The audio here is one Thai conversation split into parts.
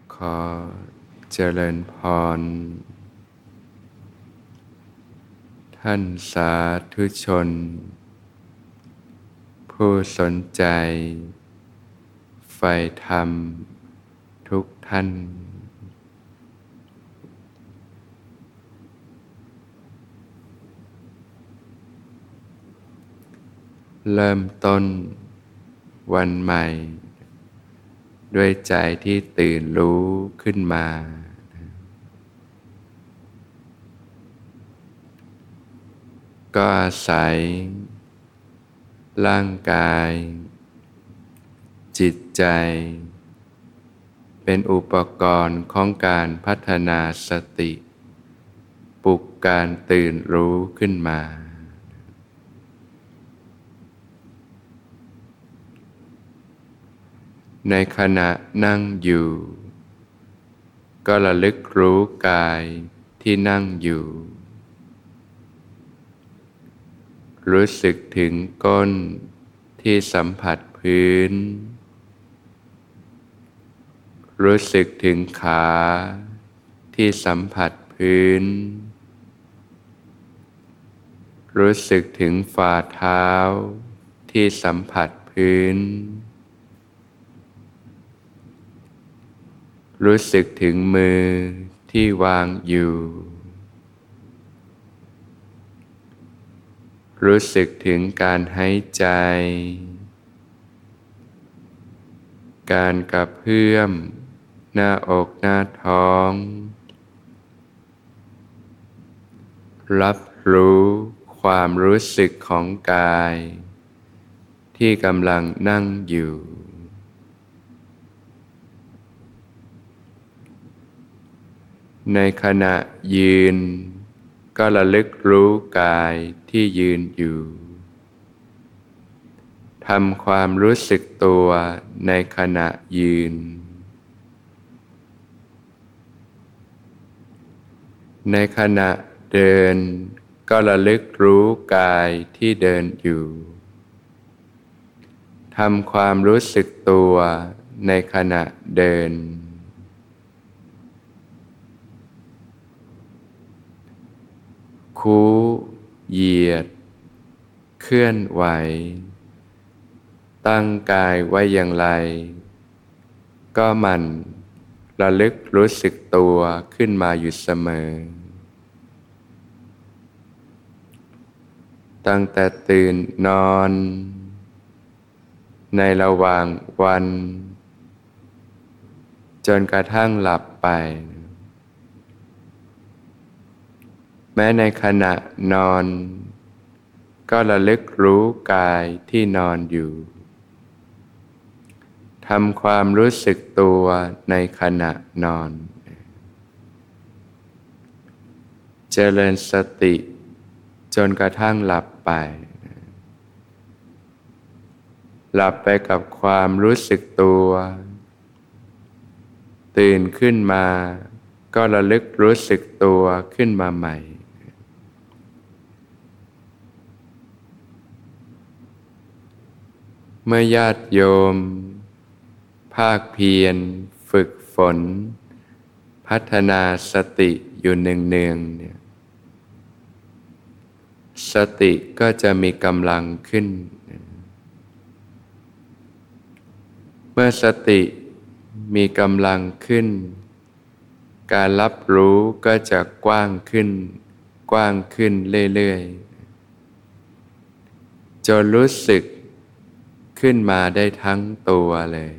ขอเจริญพรท่านสาธุชนผู้สนใจใฝ่ธรรมทุกท่านเริ่มต้นวันใหม่ด้วยใจที่ตื่นรู้ขึ้นมาก็อาศัยร่างกายจิตใจเป็นอุปกรณ์ของการพัฒนาสติปลุกการตื่นรู้ขึ้นมาในขณะนั่งอยู่ก็ระลึกรู้กายที่นั่งอยู่รู้สึกถึงก้นที่สัมผัสพื้นรู้สึกถึงขาที่สัมผัสพื้นรู้สึกถึงฝ่าเท้าที่สัมผัสพื้นรู้สึกถึงมือที่วางอยู่รู้สึกถึงการหายใจการกระเพื่อมหน้าอกหน้าท้องรับรู้ความรู้สึกของกายที่กำลังนั่งอยู่ในขณะยืนก็ระลึกรู้กายที่ยืนอยู่ทำความรู้สึกตัวในขณะยืนในขณะเดินก็ระลึกรู้กายที่เดินอยู่ทำความรู้สึกตัวในขณะเดินคู้เหยียดเคลื่อนไหวตั้งกายไว้อย่างไรก็หมั่นระลึกรู้สึกตัวขึ้นมาอยู่เสมอตั้งแต่ตื่นนอนในระหว่างวันจนกระทั่งหลับไปแม้ในขณะนอนก็ระลึกรู้กายที่นอนอยู่ทำความรู้สึกตัวในขณะนอนเจริญสติจนกระทั่งหลับไปหลับไปกับความรู้สึกตัวตื่นขึ้นมาก็ระลึกรู้สึกตัวขึ้นมาใหม่เมื่อญาติโยมภาคเพียรฝึกฝนพัฒนาสติอยู่เนืองๆเนี่ยสติก็จะมีกำลังขึ้นเมื่อสติมีกำลังขึ้นการรับรู้ก็จะกว้างขึ้นกว้างขึ้นเรื่อยๆจนรู้สึกขึ้นมาได้ทั้งตัวเลย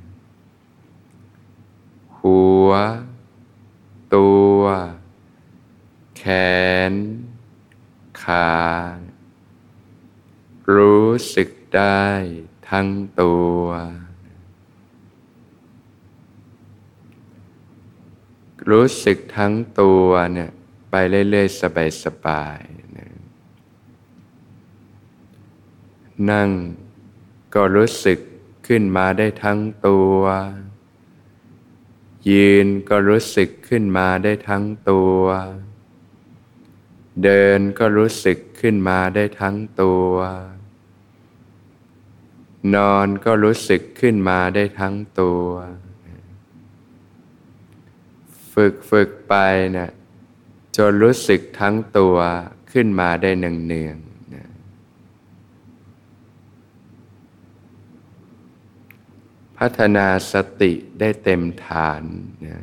หัวตัวแขนขารู้สึกได้ทั้งตัวรู้สึกทั้งตัวเนี่ยไปเรื่อยๆสบายๆนะนั่งก็รู้สึกขึ้นมาได้ทั้งตัวยืนก็รู้สึกขึ้นมาได้ทั้งตัวเดินก็รู้สึกขึ้นมาได้ทั้งตัวนอนก็รู้สึกขึ้นมาได้ทั้งตัวฝึกไปนะจนรู้สึกทั้งตัวขึ้นมาได้เนืองๆนะพัฒนาสติได้เต็มฐานนะ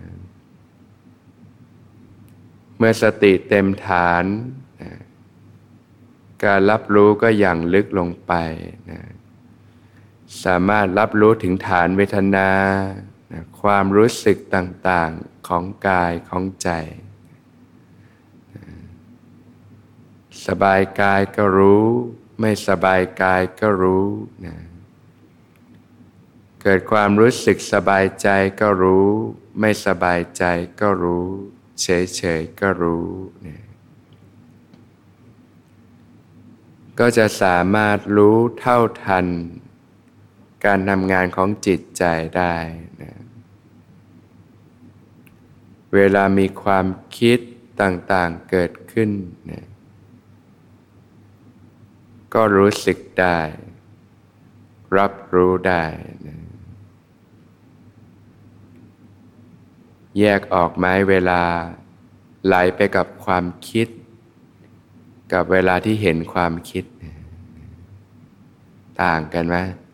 เมื่อสติเต็มฐานนะการรับรู้ก็อย่างลึกลงไปนะสามารถรับรู้ถึงฐานเวทนานะความรู้สึกต่างๆของกายของใจนะสบายกายก็รู้ไม่สบายกายก็รู้นะเกิดความรู้สึกสบายใจก็รู้ไม่สบายใจก็รู้เฉยๆก็รู้นะก็จะสามารถรู้เท่าทันการทำงานของจิตใจได้นะเวลามีความคิดต่างๆเกิดขึ้นนะก็รู้สึกได้รับรู้ได้นะแยกออกไหมเวลาไหลไปกับความคิดกับเวลาที่เห็นความคิดต่างกันไหม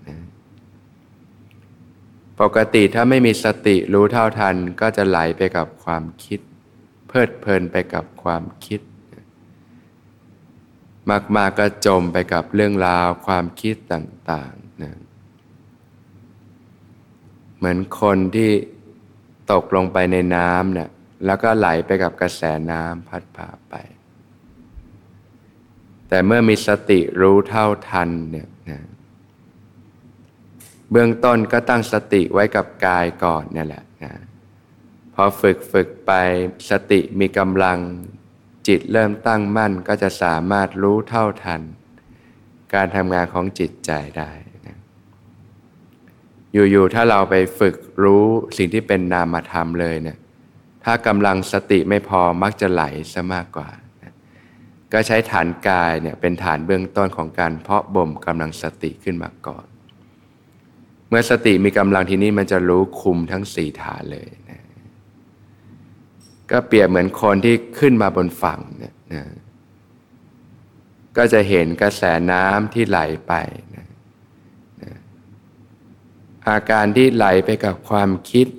ปกติถ้าไม่มีสติรู้เท่าทันก็จะไหลไปกับความคิดเพลิดเพลินไปกับความคิดมากๆก็จมไปกับเรื่องราวความคิดต่างๆนะเหมือนคนที่ตกลงไปในน้ำเนี่ยแล้วก็ไหลไปกับกระแสน้ำพัดพาไปแต่เมื่อมีสติรู้เท่าทันเนี่ยนะเบื้องต้นก็ตั้งสติไว้กับกายก่อนนี่แหละนะพอฝึกไปสติมีกำลังจิตเริ่มตั้งมั่นก็จะสามารถรู้เท่าทันการทำงานของจิตใจได้นะอยู่ๆถ้าเราไปฝึกรู้สิ่งที่เป็นนามธรรมเลยเนี่ยถ้ากำลังสติไม่พอมักจะไหลซะมากกว่านะก็ใช้ฐานกายเนี่ยเป็นฐานเบื้องต้นของการเพาะบ่มกำลังสติขึ้นมาก่อนเมื่อสติมีกำลังทีนี้มันจะรู้คุมทั้งสี่ฐานเลยนะก็เปรียบเหมือนคนที่ขึ้นมาบนฝั่งเนี่ยนะก็จะเห็นกระแสน้ำที่ไหลไปนะอาการที่ไหลไปกับความคิด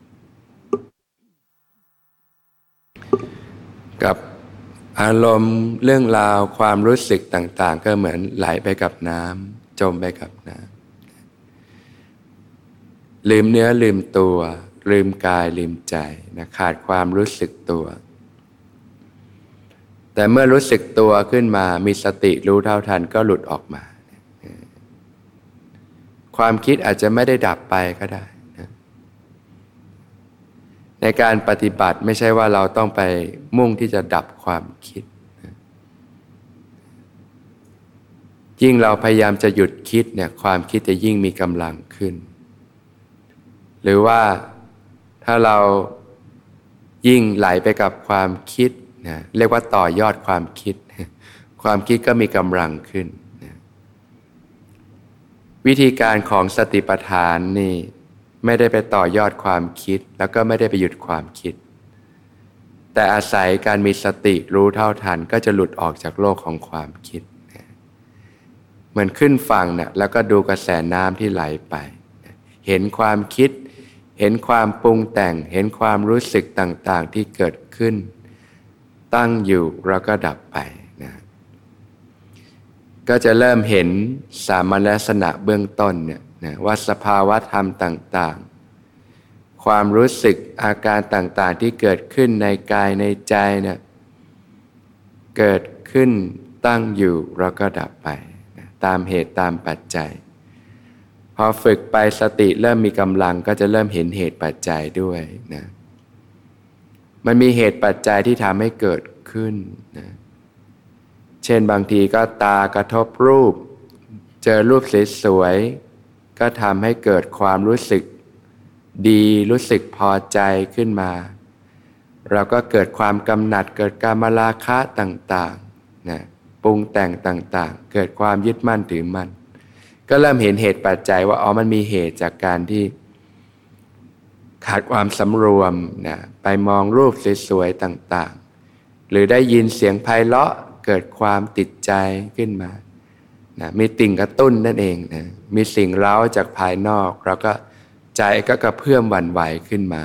กับอารมณ์เรื่องราวความรู้สึกต่างๆก็เหมือนไหลไปกับน้ำจมไปกับน้ำลืมเนื้อลืมตัวลืมกายลืมใจนะขาดความรู้สึกตัวแต่เมื่อรู้สึกตัวขึ้นมามีสติรู้เท่าทันก็หลุดออกมาความคิดอาจจะไม่ได้ดับไปก็ได้นะในการปฏิบัติไม่ใช่ว่าเราต้องไปมุ่งที่จะดับความคิดนะยิ่งเราพยายามจะหยุดคิดเนี่ยความคิดจะยิ่งมีกำลังขึ้นหรือว่าถ้าเรายิ่งไหลไปกับความคิดนะเรียกว่าต่อยอดความคิดความคิดก็มีกำลังขึ้นนะวิธีการของสติปัฏฐานนี่ไม่ได้ไปต่อยอดความคิดแล้วก็ไม่ได้ไปหยุดความคิดแต่อาศัยการมีสติรู้เท่าทันก็จะหลุดออกจากโลกของความคิดนะเหมือนขึ้นฝั่งเนี่ยแล้วก็ดูกระแสน้ำที่ไหลไปนะเห็นความคิดเห็นความปรุงแต่งเห็นความรู้สึกต่างๆที่เกิดขึ้นตั้งอยู่แล้วก็ดับไปนะก็จะเริ่มเห็นสามัญลักษณะเบื้องต้นเนี่ยนะว่าสภาวะธรรมต่างๆความรู้สึกอาการต่างๆที่เกิดขึ้นในกายในใจเนี่ยเกิดขึ้นตั้งอยู่แล้วก็ดับไปนะตามเหตุตามปัจจัยพอฝึกไปสติเริ่มมีกำลังก็จะเริ่มเห็นเหตุปัจจัยด้วยนะมันมีเหตุปัจจัยที่ทำให้เกิดขึ้นนะเช่นบางทีก็ตากระทบรูปเจอรูปสวยๆก็ทำให้เกิดความรู้สึกดีรู้สึกพอใจขึ้นมาเราก็เกิดความกำหนัดเกิดกามราคะต่างๆนะปรุงแต่งต่างๆเกิดความยึดมั่นถือมั่นก็เริ่มเห็นเหตุปัจจัยว่าอ๋อมันมีเหตุจากการที่ขาดความสำรวมนะไปมองรูปสวยๆต่างๆหรือได้ยินเสียงไพเราะเกิดความติดใจขึ้นมานะมีติ่งกระตุ้นนั่นเองนะมีสิ่งเร้าจากภายนอกเราก็ใจก็กระเพื่อมหวั่นไหวขึ้นมา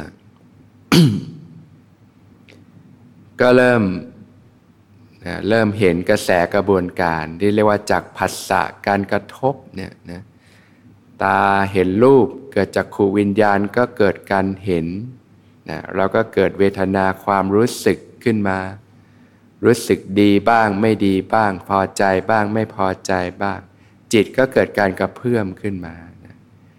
ก็เริ่มเห็นกระแสกระบวนการที่เรียกว่าจากผัสสะการกระทบเนี่ยนะตาเห็นรูปเกิดจากขูวิญญาณก็เกิดการเห็นนะเราก็เกิดเวทนาความรู้สึกขึ้นมารู้สึกดีบ้างไม่ดีบ้างพอใจบ้างไม่พอใจบ้างจิตก็เกิดการกระเพื่อมขึ้นมานะ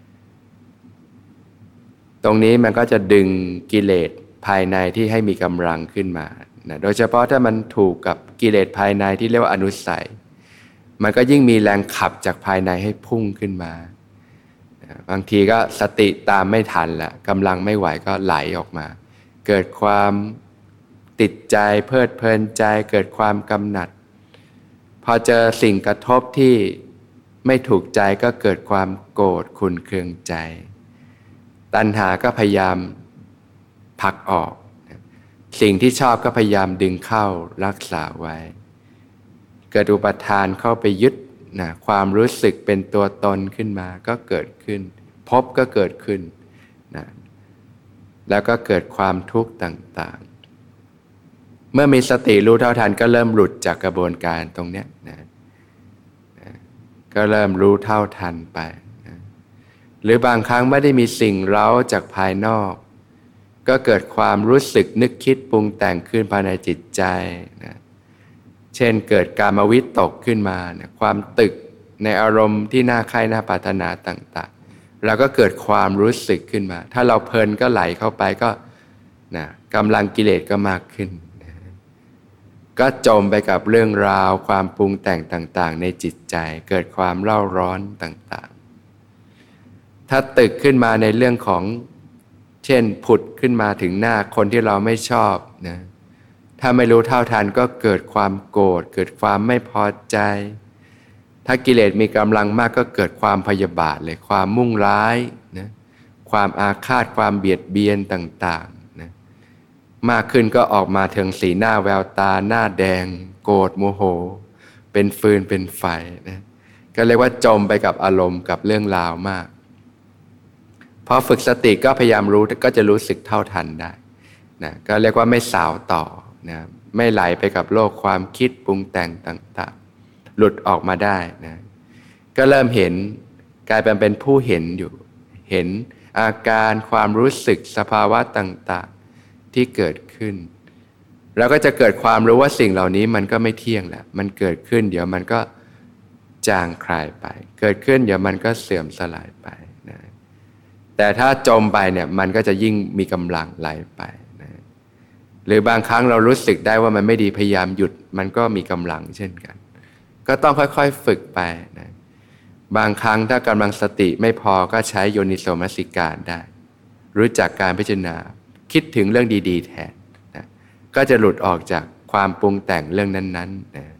ตรงนี้มันก็จะดึงกิเลสภายในที่ให้มีกำลังขึ้นมานะโดยเฉพาะถ้ามันถูกกับกิเลสภายในที่เรียกว่าอนุสัยมันก็ยิ่งมีแรงขับจากภายในให้พุ่งขึ้นมาบางทีก็สติตามไม่ทันละกำลังไม่ไหวก็ไหลออกมาเกิดความติดใจเพลิดเพลินใจเกิดความกำหนัดพอเจอสิ่งกระทบที่ไม่ถูกใจก็เกิดความโกรธขุ่นเคืองใจตัณหาก็พยายามผลักออกสิ่งที่ชอบก็พยายามดึงเข้ารักษาไว้เกิดอุปทานเข้าไปยึดนะความรู้สึกเป็นตัวตนขึ้นมาก็เกิดขึ้นภพก็เกิดขึ้นนะแล้วก็เกิดความทุกข์ต่างๆเมื่อมีสติรู้เท่าทันก็เริ่มหลุดจากกระบวนการตรงเนี้ยนะก็เริ่มรู้เท่าทันไปนะหรือบางครั้งไม่ได้มีสิ่งเร้าจากภายนอกก็เกิดความรู้สึกนึกคิดปรุงแต่งขึ้นภายในจิตใจนะเช่นเกิดกามวิตกขึ้นมานะความตึกในอารมณ์ที่น่าใคร่น่าปรารถนาต่างๆแล้วก็เกิดความรู้สึกขึ้นมาถ้าเราเพลินก็ไหลเข้าไปก็นะกำลังกิเลสก็มากขึ้นนะก็จมไปกับเรื่องราวความปรุงแต่งต่างๆในจิตใจเกิดความเร่าร้อนต่างๆถ้าตึกขึ้นมาในเรื่องของเช่นผุดขึ้นมาถึงหน้าคนที่เราไม่ชอบนะถ้าไม่รู้เท่าทันก็เกิดความโกรธเกิดความไม่พอใจถ้ากิเลสมีกำลังมากก็เกิดความพยาบาทเลยความมุ่งร้ายนะความอาฆาตความเบียดเบียนต่างๆนะมากขึ้นก็ออกมาถึงสีหน้าแววตาหน้าแดงโกรธโมโหเป็นฟืนเป็นไฟนะก็เรียกว่าจมไปกับอารมณ์กับเรื่องราวมากพอฝึกสติก็พยายามรู้ก็จะรู้สึกเท่าทันได้นะก็เรียกว่าไม่สาวต่อนะไม่ไหลไปกับโลกความคิดปรุงแต่งต่างๆหลุดออกมาได้นะก็เริ่มเห็นกลายเป็นผู้เห็นอยู่เห็นอาการความรู้สึกสภาวะต่างๆที่เกิดขึ้นแล้วก็จะเกิดความรู้ว่าสิ่งเหล่านี้มันก็ไม่เที่ยงแหละมันเกิดขึ้นเดี๋ยวมันก็จางคลายไปเกิดขึ้นเดี๋ยวมันก็เสื่อมสลายไปนะแต่ถ้าจมไปเนี่ยมันก็จะยิ่งมีกำลังไหลไปนะหรือบางครั้งเรารู้สึกได้ว่ามันไม่ดีพยายามหยุดมันก็มีกำลังเช่นกันก็ต้องค่อยๆฝึกไปนะบางครั้งถ้ากำลังสติไม่พอก็ใช้โยนิโสมนสิการได้รู้จักการพิจารณาคิดถึงเรื่องดีๆแทนนะก็จะหลุดออกจากความปรุงแต่งเรื่องนั้นๆนะ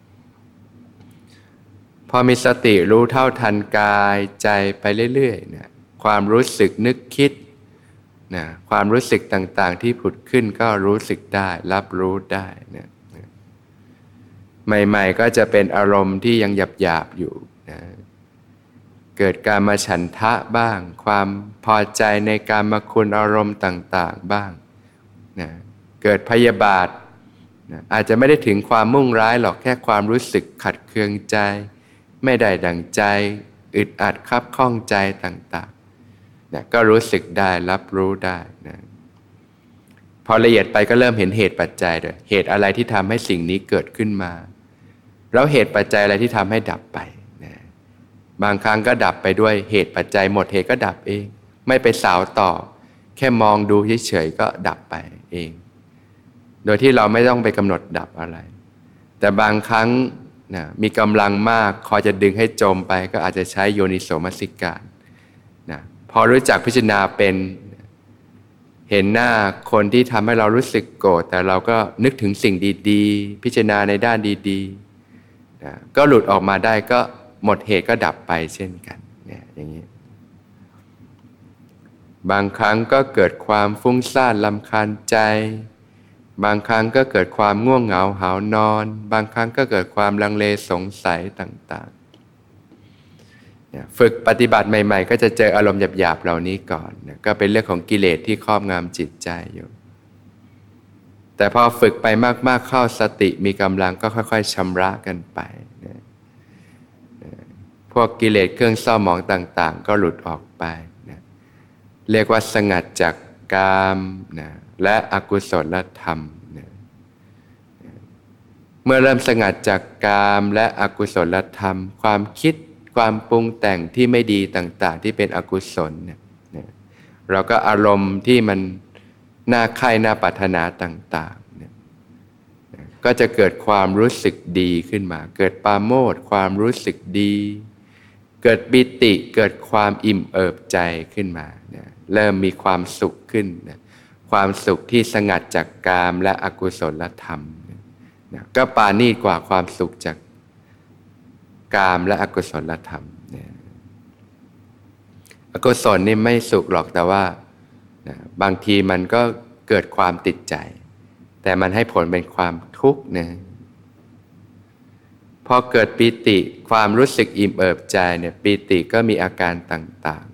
พอมีสติรู้เท่าทันกายใจไปเรื่อยๆนะความรู้สึกนึกคิดนะความรู้สึกต่างๆที่ผุดขึ้นก็รู้สึกได้รับรู้ได้นะใหม่ๆก็จะเป็นอารมณ์ที่ยังหยาบๆอยู่นะเกิดการมาฉันทะบ้างความพอใจในการมาคุณอารมณ์ต่างๆบ้างนะเกิดพยาบาทนะอาจจะไม่ได้ถึงความมุ่งร้ายหรอกแค่ความรู้สึกขัดเคืองใจไม่ได้ดั่งใจอึดอัดคับข้องใจต่างๆนะก็รู้สึกได้รับรู้ได้นะพอละเอียดไปก็เริ่มเห็นเหตุปัจจัยด้วยเหตุอะไรที่ทำให้สิ่งนี้เกิดขึ้นมาแล้วเหตุปัจจัยอะไรที่ทำให้ดับไปนะบางครั้งก็ดับไปด้วยเหตุปัจจัยหมดเหตุก็ดับเองไม่ไปสาวต่อแค่มองดูเฉยๆก็ดับไปเองโดยที่เราไม่ต้องไปกำหนดดับอะไรแต่บางครั้งนะมีกำลังมากคอยจะดึงให้จมไปก็อาจจะใช้โยนิโสมนสิการนะพอรู้จักพิจารณาเป็นเห็นหน้าคนที่ทำให้เรารู้สึกโกรธแต่เราก็นึกถึงสิ่งดีๆพิจารณาในด้านดีๆนะก็หลุดออกมาได้ก็หมดเหตุก็ดับไปเช่นกันเนี่ยอย่างนี้บางครั้งก็เกิดความฟุ้งซ่านรำคาญใจบางครั้งก็เกิดความง่วงเหงาหาวนอนบางครั้งก็เกิดความลังเลสงสัยต่างๆฝึกปฏิบัติใหม่ๆก็จะเจออารมณ์หยาบๆเหล่านี้ก่อนก็เป็นเรื่องของกิเลสที่ครอบงำจิตใจอยู่แต่พอฝึกไปมากๆเข้าสติมีกำลังก็ค่อยๆชำระกันไปพวกกิเลสเครื่องเศร้าหมองต่างๆก็หลุดออกไปเรียกว่าสงัดจากกามและอกุศลธรรมเมื่อเริ่มสงัดจากกามและอกุศลธรรมความคิดความปรุงแต่งที่ไม่ดีต่างๆที่เป็นอกุศลเราก็อารมณ์ที่มันน่าใคร่น่าปรารถนาต่างๆก็จะเกิดความรู้สึกดีขึ้นมาเกิดปราโมทย์ความรู้สึกดีเกิดปิติเกิดความอิ่มเอิบใจขึ้นมาเริ่มมีความสุขขึ้นความสุขที่สงัดจากกามและอกุศลธรรมก็ปราณีตกว่าความสุขจากกามและอกุศลธรรมอกุศลนี่ไม่สุขหรอกแต่ว่าบางทีมันก็เกิดความติดใจแต่มันให้ผลเป็นความทุกข์นะพอเกิดปิติความรู้สึกอิ่มเอิบใจปิติก็มีอาการต่าง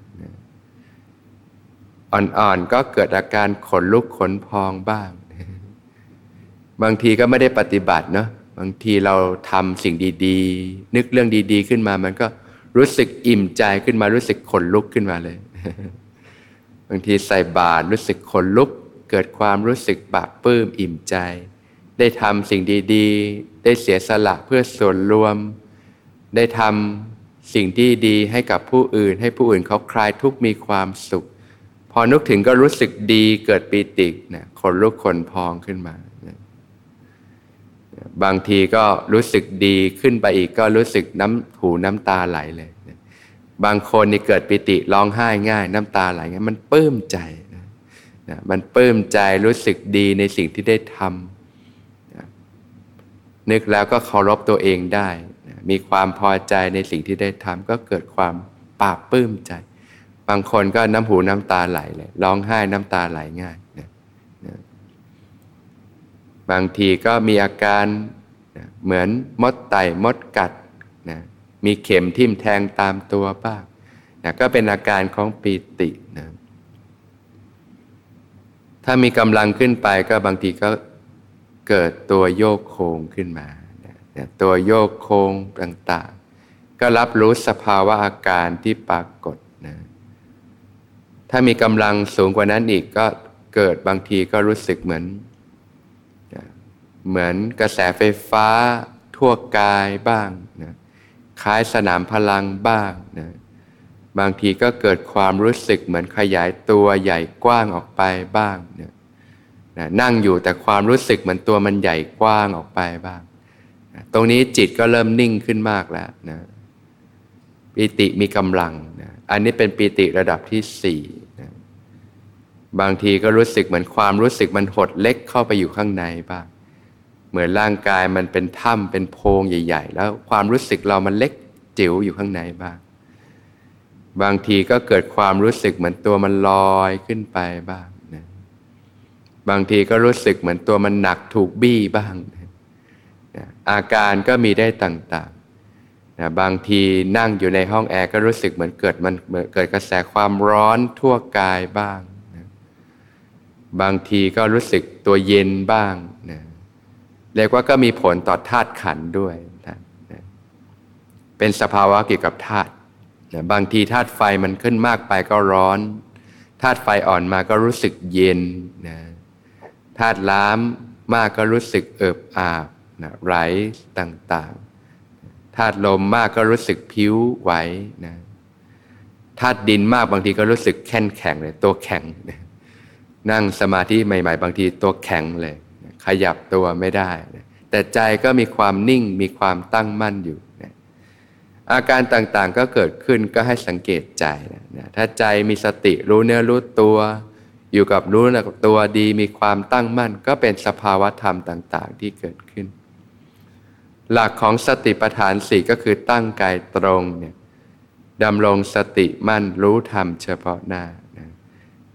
ๆอ่อนๆก็เกิดอาการขนลุกขนพองบ้างบางทีก็ไม่ได้ปฏิบัติเนาะบางทีเราทำสิ่งดีๆนึกเรื่องดีๆขึ้นมามันก็รู้สึกอิ่มใจขึ้นมารู้สึกขนลุกขึ้นมาเลยบางทีใส่บาตรรู้สึกขนลุกเกิดความรู้สึกปลาบปลื้มอิ่มใจได้ทำสิ่งดีๆได้เสียสละเพื่อส่วนรวมได้ทำสิ่งที่ดีให้กับผู้อื่นให้ผู้อื่นเขาคลายทุกข์มีความสุขพอนึกถึงก็รู้สึกดีเกิดปีติขนลุกขนพองขึ้นมาบางทีก็รู้สึกดีขึ้นไปอีกก็รู้สึกน้ำหูน้ำตาไหลเลยบางคนนี่เกิดปิติร้องไห้ง่ายน้ำตาไหลง่ายมันปลื้มใจมันปลื้มใจรู้สึกดีในสิ่งที่ได้ทำนึกแล้วก็เคารพตัวเองได้มีความพอใจในสิ่งที่ได้ทำก็เกิดความปลาบปลื้มใจบางคนก็น้ำหูน้ำตาไหลเลยร้องไห้น้ำตาไหลง่ายบางทีก็มีอาการเหมือนมดไต่มดกัดมีเข็มทิ่มแทงตามตัวบ้างก็เป็นอาการของปีติถ้ามีกำลังขึ้นไปก็บางทีก็เกิดตัวโยกโคงขึ้นมาตัวโยกโคงต่างๆก็รับรู้สภาวะอาการที่ปรากฏถ้ามีกำลังสูงกว่านั้นอีกก็เกิดบางทีก็รู้สึกเหมือนกระแสไฟฟ้าทั่วกายบ้างคล้ายสนามพลังบ้างบางทีก็เกิดความรู้สึกเหมือนขยายตัวใหญ่กว้างออกไปบ้างนั่งอยู่แต่ความรู้สึกเหมือนตัวมันใหญ่กว้างออกไปบ้างตรงนี้จิตก็เริ่มนิ่งขึ้นมากแล้วปิติมีกำลังอันนี้เป็นปิติระดับที่ 4บางทีก็รู้สึกเหมือนความรู้สึกมันหดเล็กเข้าไปอยู่ข้างในบ้างเหมือนร่างกายมันเป็นถ้ำเป็นโพรงใหญ่ๆแล้วความรู้สึกเรามันเล็กจิ๋วอยู่ข้างในบ้างบางทีก็เกิดความรู้สึกเหมือนตัวมันลอยขึ้นไปบ้างบางทีก็รู้สึกเหมือนตัวมันหนักถูกบี้บ้างอาการก็มีได้ต่างๆบางทีนั่งอยู่ในห้องแอร์ก็รู้สึกเหมือนเกิดกระแสความร้อนทั่วกายบ้างบางทีก็รู้สึกตัวเย็นบ้างเรียกว่าก็มีผลต่อธาตุขันธ์ด้วยเป็นสภาวะเกี่ยวกับธาตุบางทีธาตุไฟมันขึ้นมากไปก็ร้อนธาตุไฟอ่อนมาก็รู้สึกเย็นธาตุน้ำมากก็รู้สึกเอิบอาบไหลต่างๆธาตุลมมากก็รู้สึกผิวไหวธาตุดินมากบางทีก็รู้สึกแข็งเลยตัวแข็งนั่งสมาธิใหม่ๆบางทีตัวแข็งเลยขยับตัวไม่ได้แต่ใจก็มีความนิ่งมีความตั้งมั่นอยู่อาการต่างๆก็เกิดขึ้นก็ให้สังเกตใจถ้าใจมีสติรู้เนื้อรู้ตัวอยู่กับรู้ตัวดีมีความตั้งมั่นก็เป็นสภาวะธรรมต่างๆที่เกิดขึ้นหลักของสติปัฏฐาน 4ก็คือตั้งกายตรงดำรงสติมั่นรู้ธรรมเฉพาะหน้า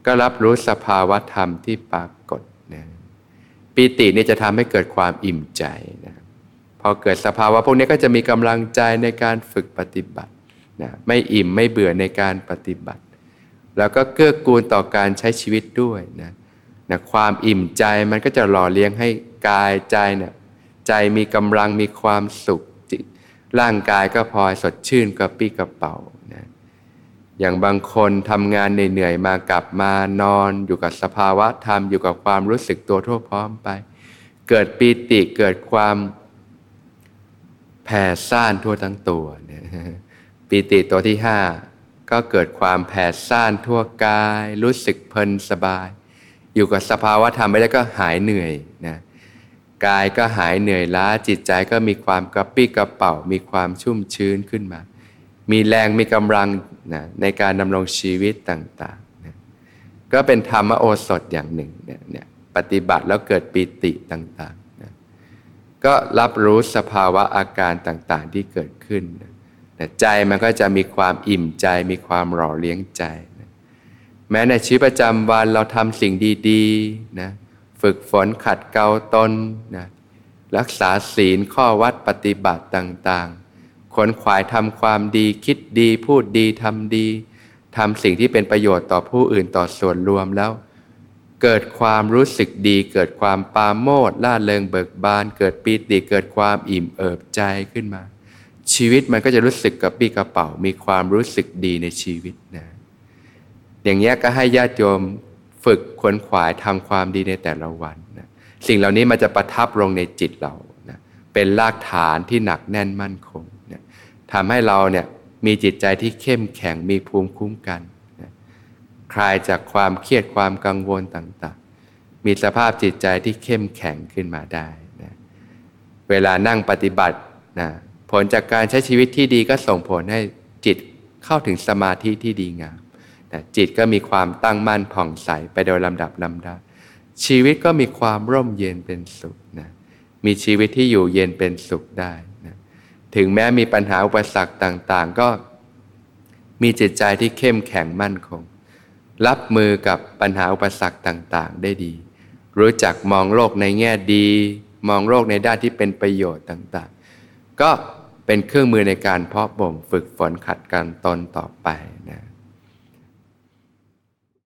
ก็รับรู้สภาวะธรรมที่ปรากฏนะปีตินี่จะทำให้เกิดความอิ่มใจนะพอเกิดสภาวะพวกนี้ก็จะมีกำลังใจในการฝึกปฏิบัตินะไม่อิ่มไม่เบื่อในการปฏิบัติแล้วก็เกื้อกูลต่อการใช้ชีวิตด้วยนะความอิ่มใจมันก็จะหล่อเลี้ยงให้กายใจเนี่ยใจมีกำลังมีความสุขร่างกายก็พลอยสดชื่นกระปรี้กระเป๋านะอย่างบางคนทำงานเหนื่อยๆมากลับมานอนอยู่กับสภาวะธรรมอยู่กับความรู้สึกตัวทั่วพร้อมไปเกิดปีติเกิดความแผ่ซ่านทั่วทั้งตัวนะปีติตัวที่5ก็เกิดความแผ่ซ่านทั่วกายรู้สึกเพลินสบายอยู่กับสภาวะธรรมไปแล้วก็หายเหนื่อยนะกายก็หายเหนื่อยล้าจิตใจก็มีความกระปรี้กระเป๋ามีความชุ่มชื้นขึ้นมามีแรงมีกำลังนะในการดำรงชีวิตต่างๆนะก็เป็นธรรมโอสถอย่างหนึ่งเนี่ยปฏิบัติแล้วเกิดปีติต่างๆนะก็รับรู้สภาวะอาการต่างๆที่เกิดขึ้นนะแต่ใจมันก็จะมีความอิ่มใจมีความหล่อเลี้ยงใจนะแม้ในชีวิตประจำวันเราทำสิ่งดีๆนะฝึกฝนขัดเกลาตนนะรักษาศีลข้อวัดปฏิบัติต่างๆขวนขวายทำความดีคิดดีพูดดีทำดีทำสิ่งที่เป็นประโยชน์ต่อผู้อื่นต่อส่วนรวมแล้วเกิดความรู้สึกดีเกิดความปราโมทย์ร่าเริงเบิกบานเกิดปีติเกิดความอิ่มเอิบใจขึ้นมาชีวิตมันก็จะรู้สึกกระปรี้กระเป๋ามีความรู้สึกดีในชีวิตนะอย่างนี้ก็ให้ญาติโยมฝึกขวนขวายทำความดีในแต่ละวันนะสิ่งเหล่านี้มันจะประทับลงในจิตเรานะเป็นรากฐานที่หนักแน่นมั่นคงนะทำให้เราเนี่ยมีจิตใจที่เข้มแข็งมีภูมิคุ้มกันนะคลายจากความเครียดความกังวลต่างๆมีสภาพจิตใจที่เข้มแข็งขึ้นมาได้นะเวลานั่งปฏิบัตินะผลจากการใช้ชีวิตที่ดีก็ส่งผลให้จิตเข้าถึงสมาธิที่ดีงามนะจิตก็มีความตั้งมั่นผ่องใสไปโดยลำดับลำดับชีวิตก็มีความร่มเย็นเป็นสุขนะมีชีวิตที่อยู่เย็นเป็นสุขได้นะถึงแม้มีปัญหาอุปสรรคต่างๆก็มีจิตใจที่เข้มแข็งมั่นคงรับมือกับปัญหาอุปสรรคต่างๆได้ดีรู้จักมองโลกในแง่ดีมองโลกในด้านที่เป็นประโยชน์ต่างๆก็เป็นเครื่องมือในการเพาะบ่มฝึกฝนขัดเกลาตนต่อไปนะ